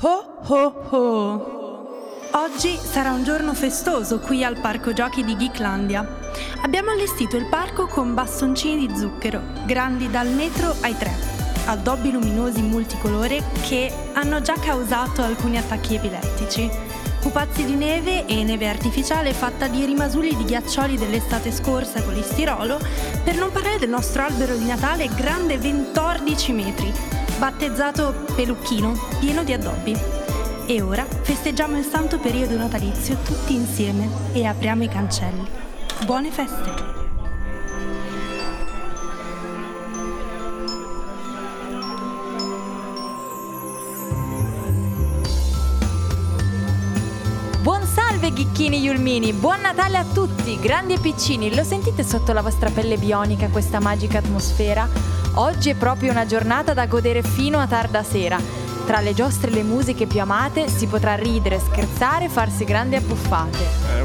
Ho ho ho! Oggi sarà un giorno festoso qui al Parco Giochi di Geeklandia. Abbiamo allestito il parco con bastoncini di zucchero, grandi dal metro ai 3, addobbi luminosi multicolore che hanno già causato alcuni attacchi epilettici, pupazzi di neve e neve artificiale fatta di rimasugli di ghiaccioli dell'estate scorsa con l'istirolo, per non parlare del nostro albero di Natale grande 14 metri, battezzato Pelucchino, pieno di addobbi. E ora festeggiamo il santo periodo natalizio tutti insieme e apriamo i cancelli. Buone feste! Buon salve Ghicchini Yulmini, buon Natale a tutti, grandi e piccini. Lo sentite sotto la vostra pelle bionica questa magica atmosfera? Oggi è proprio una giornata da godere fino a tarda sera. Tra le giostre e le musiche più amate si potrà ridere, scherzare e farsi grandi abbuffate.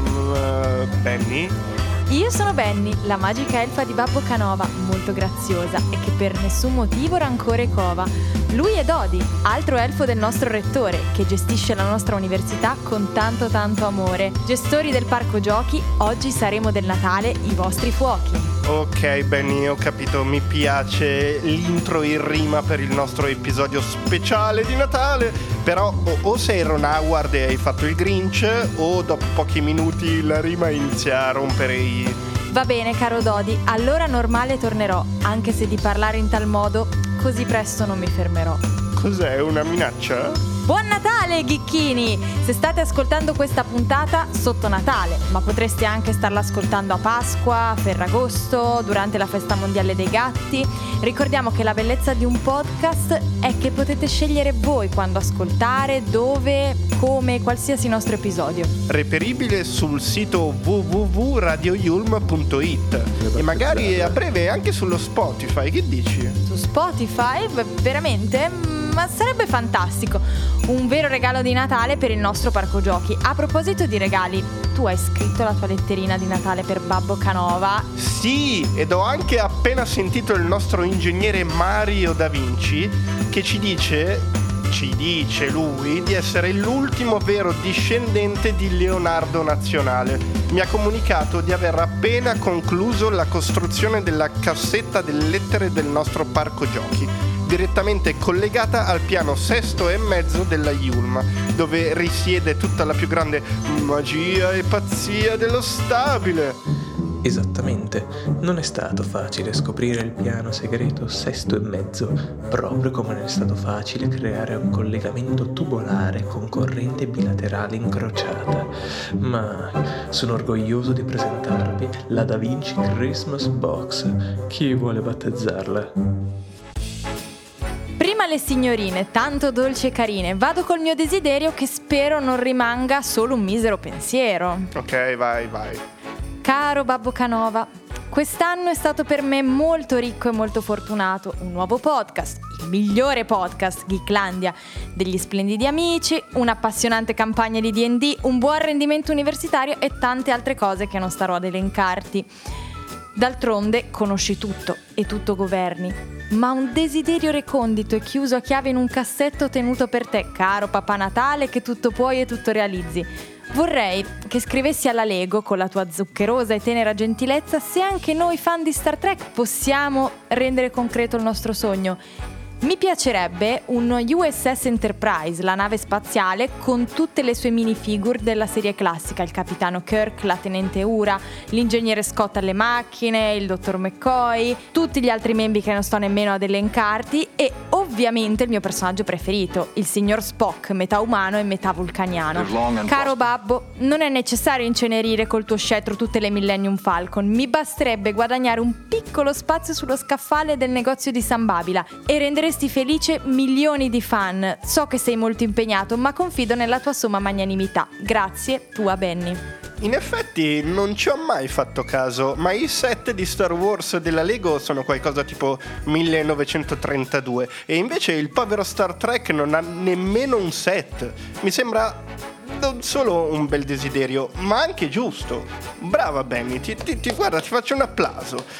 Benny? Io sono Benny, la magica elfa di Babbo Canova, molto graziosa e che per nessun motivo rancore cova. Lui è Dodi, altro elfo del nostro rettore, che gestisce la nostra università con tanto amore. Gestori del parco giochi, oggi saremo del Natale i vostri fuochi. Ok Benny, ho capito, mi piace l'intro in rima per il nostro episodio speciale di Natale. Però o sei Ron Howard e hai fatto il Grinch, o dopo pochi minuti la rima inizia a rompere i... Va bene caro Dodi, allora normale tornerò, anche se di parlare in tal modo così presto non mi fermerò. Cos'è, una minaccia? Buon Natale Ghicchini! Se state ascoltando questa puntata sotto Natale, ma potreste anche starla ascoltando a Pasqua, a Ferragosto, durante la festa mondiale dei gatti. Ricordiamo che la bellezza di un podcast è che potete scegliere voi quando ascoltare, dove, come, qualsiasi nostro episodio. Reperibile sul sito www.radioyulm.it e magari a breve anche sullo Spotify, che dici? Su Spotify? Veramente? Ma sarebbe fantastico, un vero regalo di Natale per il nostro parco giochi. A proposito di regali, tu hai scritto la tua letterina di Natale per Babbo Canova? Sì, ed ho anche appena sentito il nostro ingegnere Mario Da Vinci che ci dice lui di essere l'ultimo vero discendente di Leonardo Nazionale. Mi ha comunicato di aver appena concluso la costruzione della cassetta delle lettere del nostro parco giochi, direttamente collegata al piano 6,5 della Yulm, dove risiede tutta la più grande magia e pazzia dello stabile. Esattamente, non è stato facile scoprire il piano segreto 6,5, proprio come non è stato facile creare un collegamento tubolare con corrente bilaterale incrociata. Ma sono orgoglioso di presentarvi la Da Vinci Christmas Box. Chi vuole battezzarla? Prima le signorine, tanto dolci e carine, vado col mio desiderio che spero non rimanga solo un misero pensiero. Ok, vai. Caro Babbo Canova, quest'anno è stato per me molto ricco e molto fortunato. Un nuovo podcast, il migliore podcast, Geeklandia, degli splendidi amici, un'appassionante campagna di D&D, un buon rendimento universitario e tante altre cose che non starò ad elencarti. D'altronde conosci tutto e tutto governi, ma un desiderio recondito e chiuso a chiave in un cassetto tenuto per te, caro Papà Natale, che tutto puoi e tutto realizzi. Vorrei che scrivessi alla Lego con la tua zuccherosa e tenera gentilezza se anche noi fan di Star Trek possiamo rendere concreto il nostro sogno. Mi piacerebbe un USS Enterprise, la nave spaziale, con tutte le sue minifigure della serie classica, il capitano Kirk, la tenente Uhura, l'ingegnere Scott alle macchine, il dottor McCoy, tutti gli altri membri che non sto nemmeno ad elencarti e ovviamente il mio personaggio preferito, il signor Spock, metà umano e metà vulcaniano. Caro Babbo, non è necessario incenerire col tuo scettro tutte le Millennium Falcon, mi basterebbe guadagnare un piccolo spazio sullo scaffale del negozio di San Babila e rendere felice milioni di fan. So che sei molto impegnato, ma confido nella tua somma magnanimità. Grazie, tua Benny. In effetti non ci ho mai fatto caso, ma i set di Star Wars della Lego sono qualcosa tipo 1932 e invece il povero Star Trek non ha nemmeno un set. Mi sembra non solo un bel desiderio, ma anche giusto. Brava Benny, guarda, ti faccio un applauso.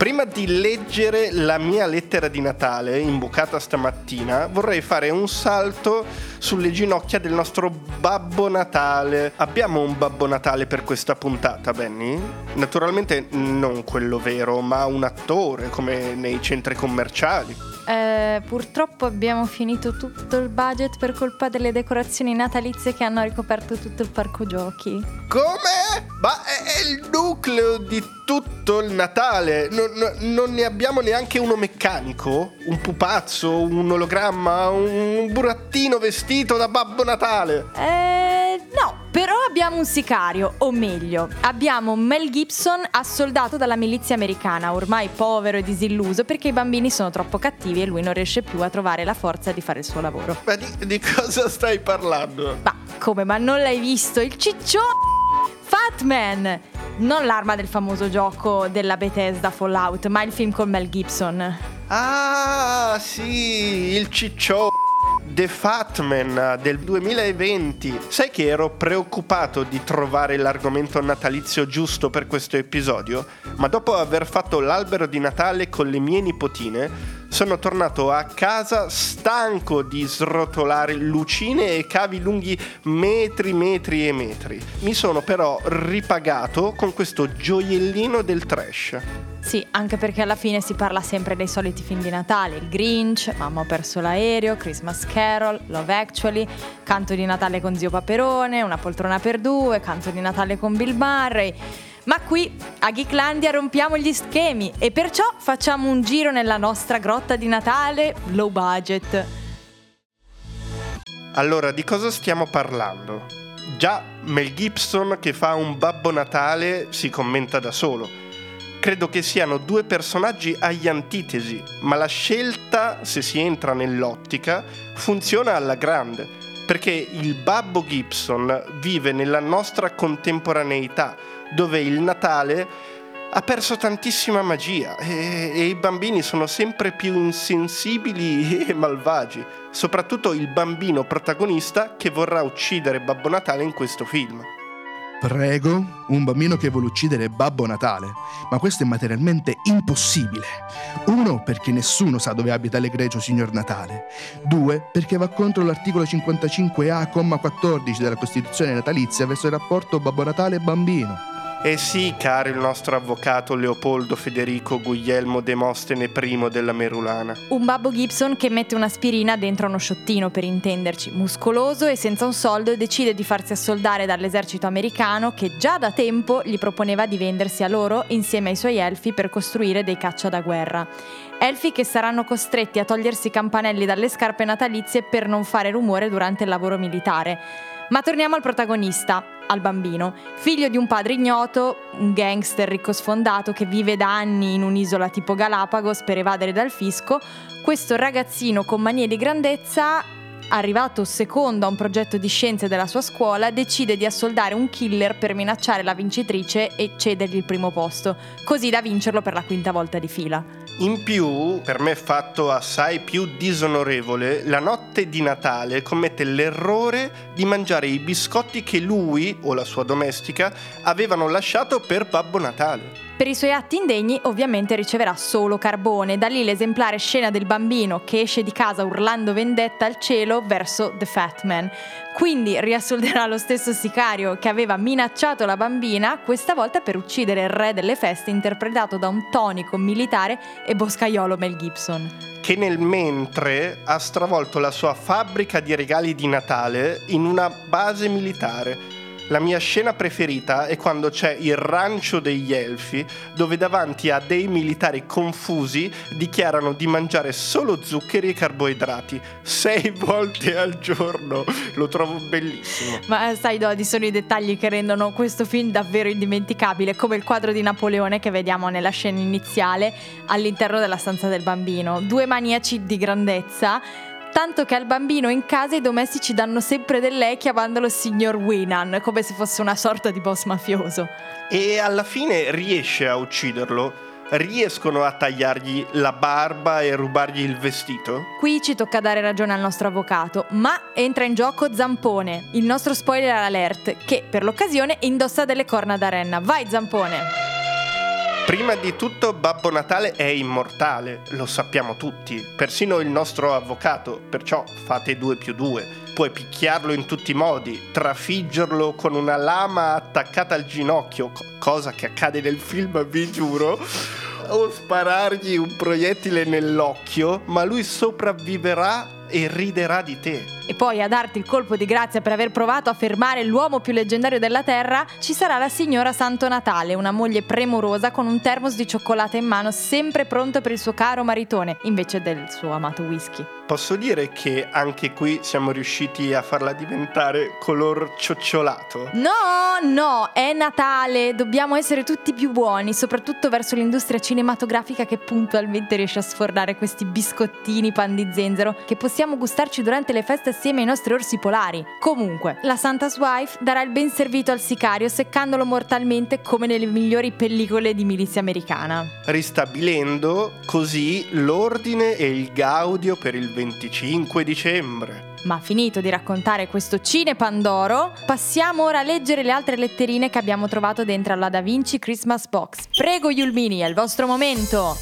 Prima di leggere la mia lettera di Natale, imbucata stamattina, vorrei fare un salto sulle ginocchia del nostro Babbo Natale. Abbiamo un Babbo Natale per questa puntata, Benny? Naturalmente non quello vero, ma un attore, come nei centri commerciali. Purtroppo abbiamo finito tutto il budget per colpa delle decorazioni natalizie che hanno ricoperto tutto il parco giochi. Come? Ma è il nucleo di tutto il Natale. Non ne abbiamo neanche uno meccanico? Un pupazzo, un ologramma, un burattino vestito da Babbo Natale? No, però abbiamo un sicario, o meglio, abbiamo Mel Gibson assoldato dalla milizia americana, ormai povero e disilluso perché i bambini sono troppo cattivi e lui non riesce più a trovare la forza di fare il suo lavoro. Ma di cosa stai parlando? Ma come, ma non l'hai visto? Il ciccione Fat Man! Non l'arma del famoso gioco della Bethesda Fallout, ma il film con Mel Gibson. Ah, sì, il ciccione The Fat Man del 2020. Sai che ero preoccupato di trovare l'argomento natalizio giusto per questo episodio, ma dopo aver fatto l'albero di Natale con le mie nipotine sono tornato a casa stanco di srotolare lucine e cavi lunghi metri e metri. Mi sono però ripagato con questo gioiellino del trash. Sì, anche perché alla fine si parla sempre dei soliti film di Natale: il Grinch, Mamma ho perso l'aereo, Christmas Carol, Love Actually, Canto di Natale con Zio Paperone, Una poltrona per due, Canto di Natale con Bill Murray. Ma qui a Geeklandia rompiamo gli schemi e perciò facciamo un giro nella nostra grotta di Natale low budget. Allora, di cosa stiamo parlando? Già Mel Gibson che fa un Babbo Natale si commenta da solo. Credo che siano due personaggi agli antitesi, ma la scelta, se si entra nell'ottica, funziona alla grande, perché il Babbo Gibson vive nella nostra contemporaneità, dove il Natale ha perso tantissima magia e i bambini sono sempre più insensibili e malvagi, soprattutto il bambino protagonista che vorrà uccidere Babbo Natale in questo film. Prego, un bambino che vuole uccidere Babbo Natale, ma questo è materialmente impossibile. 1, perché nessuno sa dove abita l'egregio signor Natale. 2, perché va contro l'articolo 55A, comma 14 della Costituzione natalizia verso il rapporto Babbo Natale-bambino. Eh sì, caro il nostro avvocato Leopoldo Federico Guglielmo Demostene I della Merulana. Un Babbo Gibson che mette un'aspirina dentro uno sciottino, per intenderci, muscoloso e senza un soldo, e decide di farsi assoldare dall'esercito americano che già da tempo gli proponeva di vendersi a loro insieme ai suoi elfi per costruire dei caccia da guerra. Elfi che saranno costretti a togliersi i campanelli dalle scarpe natalizie per non fare rumore durante il lavoro militare. Ma torniamo al protagonista, al bambino, figlio di un padre ignoto, un gangster ricco sfondato che vive da anni in un'isola tipo Galapagos per evadere dal fisco. Questo ragazzino con manie di grandezza, arrivato secondo a un progetto di scienze della sua scuola, decide di assoldare un killer per minacciare la vincitrice e cedergli il primo posto, così da vincerlo per la quinta volta di fila. In più, per me fatto assai più disonorevole, la notte di Natale commette l'errore di mangiare i biscotti che lui o la sua domestica avevano lasciato per Babbo Natale. Per i suoi atti indegni ovviamente riceverà solo carbone, da lì l'esemplare scena del bambino che esce di casa urlando vendetta al cielo verso The Fat Man. Quindi riassolderà lo stesso sicario che aveva minacciato la bambina, questa volta per uccidere il re delle feste interpretato da un tonico militare e boscaiolo Mel Gibson, che nel mentre ha stravolto la sua fabbrica di regali di Natale in una base militare. La mia scena preferita è quando c'è il rancio degli elfi, dove davanti a dei militari confusi dichiarano di mangiare solo zuccheri e carboidrati 6 volte al giorno. Lo trovo bellissimo. Ma sai, Dodi, sono i dettagli che rendono questo film davvero indimenticabile, come il quadro di Napoleone che vediamo nella scena iniziale all'interno della stanza del bambino. 2 maniaci di grandezza, tanto che al bambino in casa i domestici danno sempre del lei chiamandolo signor Winan, come se fosse una sorta di boss mafioso. E alla fine riesce a ucciderlo? Riescono a tagliargli la barba e rubargli il vestito? Qui ci tocca dare ragione al nostro avvocato, ma entra in gioco Zampone, il nostro spoiler alert, che per l'occasione indossa delle corna da renna. Vai Zampone! Prima di tutto Babbo Natale è immortale, lo sappiamo tutti, persino il nostro avvocato, perciò fate 2 più 2. Puoi picchiarlo in tutti i modi, trafiggerlo con una lama attaccata al ginocchio, cosa che accade nel film, vi giuro, o sparargli un proiettile nell'occhio, ma lui sopravviverà e riderà di te. E poi a darti il colpo di grazia per aver provato a fermare l'uomo più leggendario della terra ci sarà la signora Santo Natale, una moglie premurosa con un termos di cioccolata in mano, sempre pronto per il suo caro maritone invece del suo amato whisky. Posso dire che anche qui siamo riusciti a farla diventare color cioccolato? No, è Natale, dobbiamo essere tutti più buoni, soprattutto verso l'industria cinematografica che puntualmente riesce a sfornare questi biscottini pan di zenzero che possiamo gustarci durante le feste assieme ai nostri orsi polari. Comunque, la Santa's Wife darà il ben servito al sicario seccandolo mortalmente come nelle migliori pellicole di milizia americana, ristabilendo così l'ordine e il gaudio per il 25 dicembre. Ma finito di raccontare questo Cine Pandoro, passiamo ora a leggere le altre letterine che abbiamo trovato dentro alla Da Vinci Christmas Box. Prego Yulmini, è il vostro momento!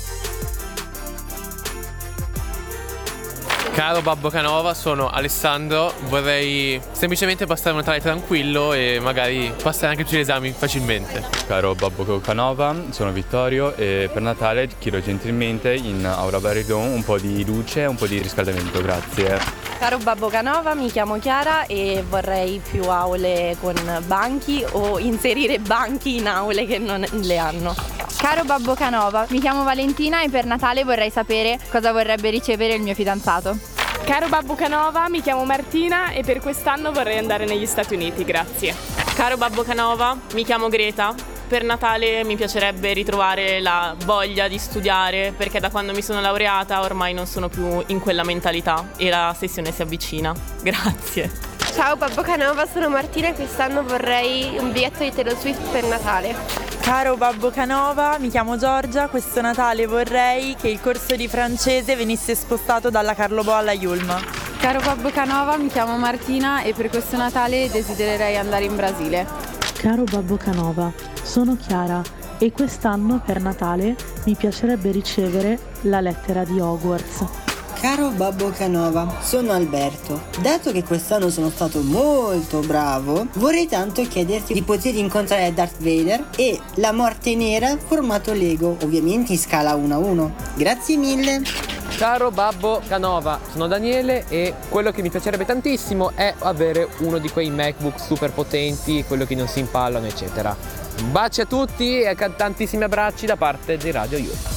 Caro Babbo Canova, sono Alessandro, vorrei semplicemente passare un Natale tranquillo e magari passare anche tutti gli esami facilmente. Caro Babbo Canova, sono Vittorio e per Natale chiedo gentilmente in Aura Baridon un po' di luce e un po' di riscaldamento, grazie. Caro Babbo Canova, mi chiamo Chiara e vorrei più aule con banchi o inserire banchi in aule che non le hanno. Caro Babbo Canova, mi chiamo Valentina e per Natale vorrei sapere cosa vorrebbe ricevere il mio fidanzato. Caro Babbo Canova, mi chiamo Martina e per quest'anno vorrei andare negli Stati Uniti, grazie. Caro Babbo Canova, mi chiamo Greta. Per Natale mi piacerebbe ritrovare la voglia di studiare perché da quando mi sono laureata ormai non sono più in quella mentalità e la sessione si avvicina. Grazie. Ciao Babbo Canova, sono Martina e quest'anno vorrei un biglietto di Taylor Swift per Natale. Caro Babbo Canova, mi chiamo Giorgia, questo Natale vorrei che il corso di francese venisse spostato dalla Carlo Bo alla Yulm. Caro Babbo Canova, mi chiamo Martina e per questo Natale desidererei andare in Brasile. Caro Babbo Canova, sono Chiara e quest'anno per Natale mi piacerebbe ricevere la lettera di Hogwarts. Caro Babbo Canova, sono Alberto. Dato che quest'anno sono stato molto bravo, vorrei tanto chiederti di poter incontrare Darth Vader e la Morte Nera formato Lego, ovviamente in scala 1:1. Grazie mille. Caro Babbo Canova, sono Daniele e quello che mi piacerebbe tantissimo è avere uno di quei MacBook super potenti, quello che non si impallano, eccetera. Baci a tutti e tantissimi abbracci da parte di Radio Yulm.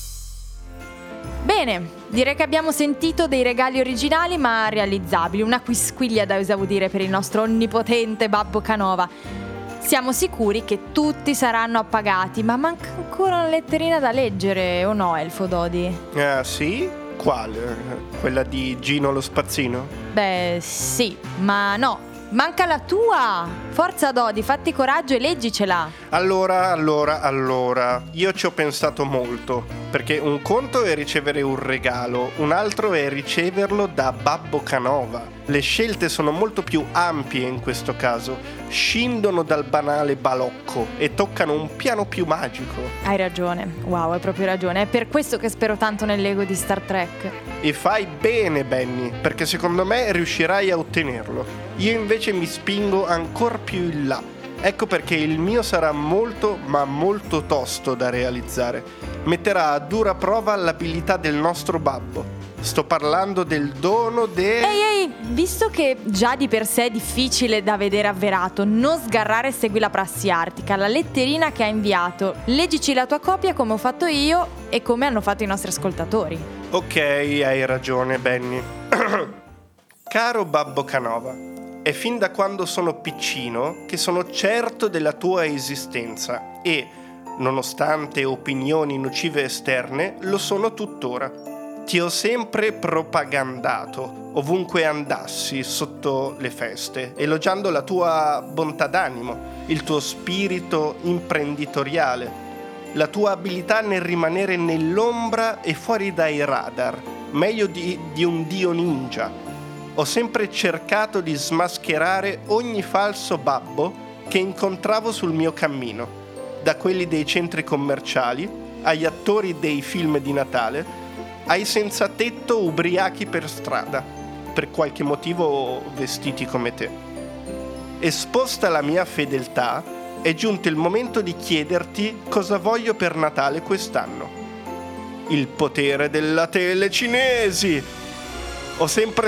Bene, direi che abbiamo sentito dei regali originali ma realizzabili, una quisquiglia da esaudire per il nostro onnipotente Babbo Canova. Siamo sicuri che tutti saranno appagati, ma manca ancora una letterina da leggere, o no, Elfo Dodi? Sì? Quale? Quella di Gino lo spazzino? Beh, sì, ma no. Manca la tua! Forza Dodi, fatti coraggio e leggicela! Allora, io ci ho pensato molto, perché un conto è ricevere un regalo, un altro è riceverlo da Babbo Canova. Le scelte sono molto più ampie in questo caso, scendono dal banale balocco e toccano un piano più magico. Hai ragione, wow, hai proprio ragione, è per questo che spero tanto nel Lego di Star Trek. E fai bene, Benny, perché secondo me riuscirai a ottenerlo. Io invece mi spingo ancora più in là. Ecco perché il mio sarà molto, ma molto tosto da realizzare. Metterà a dura prova l'abilità del nostro babbo. Sto parlando del dono Ehi, visto che già di per sé è difficile da vedere avverato, non sgarrare e segui la prassi artica, la letterina che ha inviato. Leggici la tua copia come ho fatto io e come hanno fatto i nostri ascoltatori. Ok, hai ragione, Benny. Caro Babbo Canova, è fin da quando sono piccino che sono certo della tua esistenza e, nonostante opinioni nocive esterne, lo sono tuttora. Ti ho sempre propagandato, ovunque andassi sotto le feste, elogiando la tua bontà d'animo, il tuo spirito imprenditoriale, la tua abilità nel rimanere nell'ombra e fuori dai radar, meglio di un dio ninja. Ho sempre cercato di smascherare ogni falso babbo che incontravo sul mio cammino. da quelli dei centri commerciali, agli attori dei film di Natale, ai senza tetto ubriachi per strada, per qualche motivo vestiti come te. Esposta la mia fedeltà, è giunto il momento di chiederti cosa voglio per Natale quest'anno. Il potere della tele cinesi! Ho sempre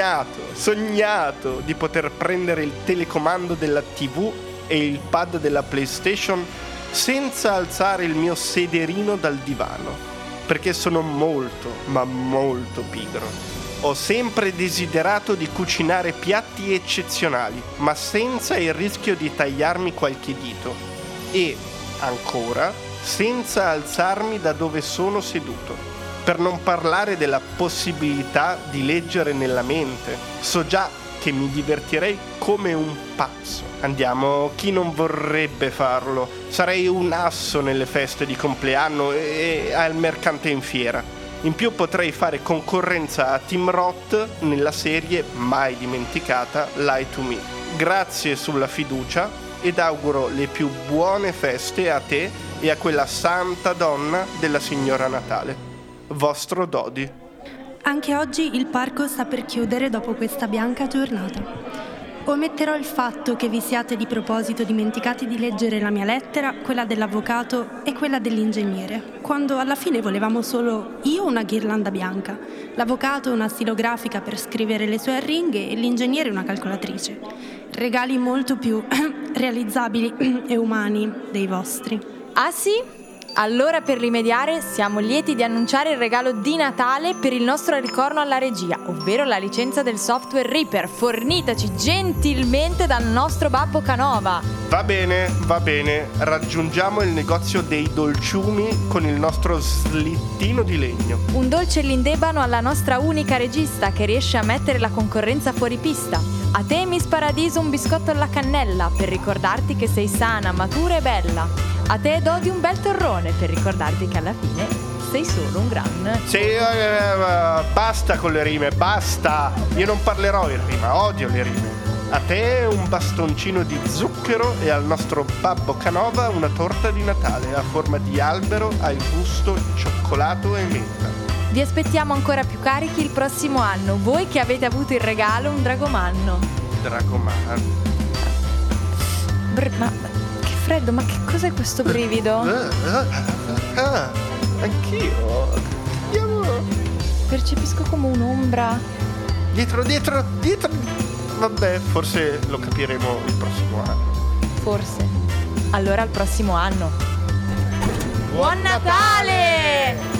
sognato di poter prendere il telecomando della TV e il pad della PlayStation senza alzare il mio sederino dal divano, perché sono molto, ma molto pigro. Ho sempre desiderato di cucinare piatti eccezionali, ma senza il rischio di tagliarmi qualche dito. E, ancora, senza alzarmi da dove sono seduto. Per non parlare della possibilità di leggere nella mente. So già che mi divertirei come un pazzo. Andiamo, chi non vorrebbe farlo? Sarei un asso nelle feste di compleanno e al mercante in fiera. In più potrei fare concorrenza a Tim Roth nella serie mai dimenticata Lie to Me. Grazie sulla fiducia ed auguro le più buone feste a te e a quella santa donna della signora Natale. Vostro Dodi. Anche oggi il parco sta per chiudere dopo questa bianca giornata. Ometterò il fatto che vi siate di proposito dimenticati di leggere la mia lettera, quella dell'avvocato e quella dell'ingegnere, quando alla fine volevamo solo io una ghirlanda bianca, l'avvocato una stilografica per scrivere le sue arringhe e l'ingegnere una calcolatrice. Regali molto più realizzabili e umani dei vostri. Ah sì? Allora, per rimediare, siamo lieti di annunciare il regalo di Natale per il nostro ricorno alla regia, ovvero la licenza del software Reaper, fornitaci gentilmente dal nostro Babbo Canova. Va bene, raggiungiamo il negozio dei dolciumi con il nostro slittino di legno. Un dolce lindebano alla nostra unica regista che riesce a mettere la concorrenza fuori pista. A te, Miss Paradiso, un biscotto alla cannella per ricordarti che sei sana, matura e bella. A te, Dodi, un bel torrone per ricordarti che alla fine sei solo un gran... Sì, basta con le rime, basta! Io non parlerò in rima, odio le rime. A te un bastoncino di zucchero e al nostro Babbo Canova una torta di Natale a forma di albero al gusto cioccolato e menta. Vi aspettiamo ancora più carichi il prossimo anno, voi che avete avuto il regalo un dragomanno. Dragomanno? Ma che freddo, ma che cos'è questo brivido? Anch'io. Andiamo. Percepisco come un'ombra. Dietro. Vabbè, forse lo capiremo il prossimo anno. Forse. Allora al prossimo anno. Buon Natale!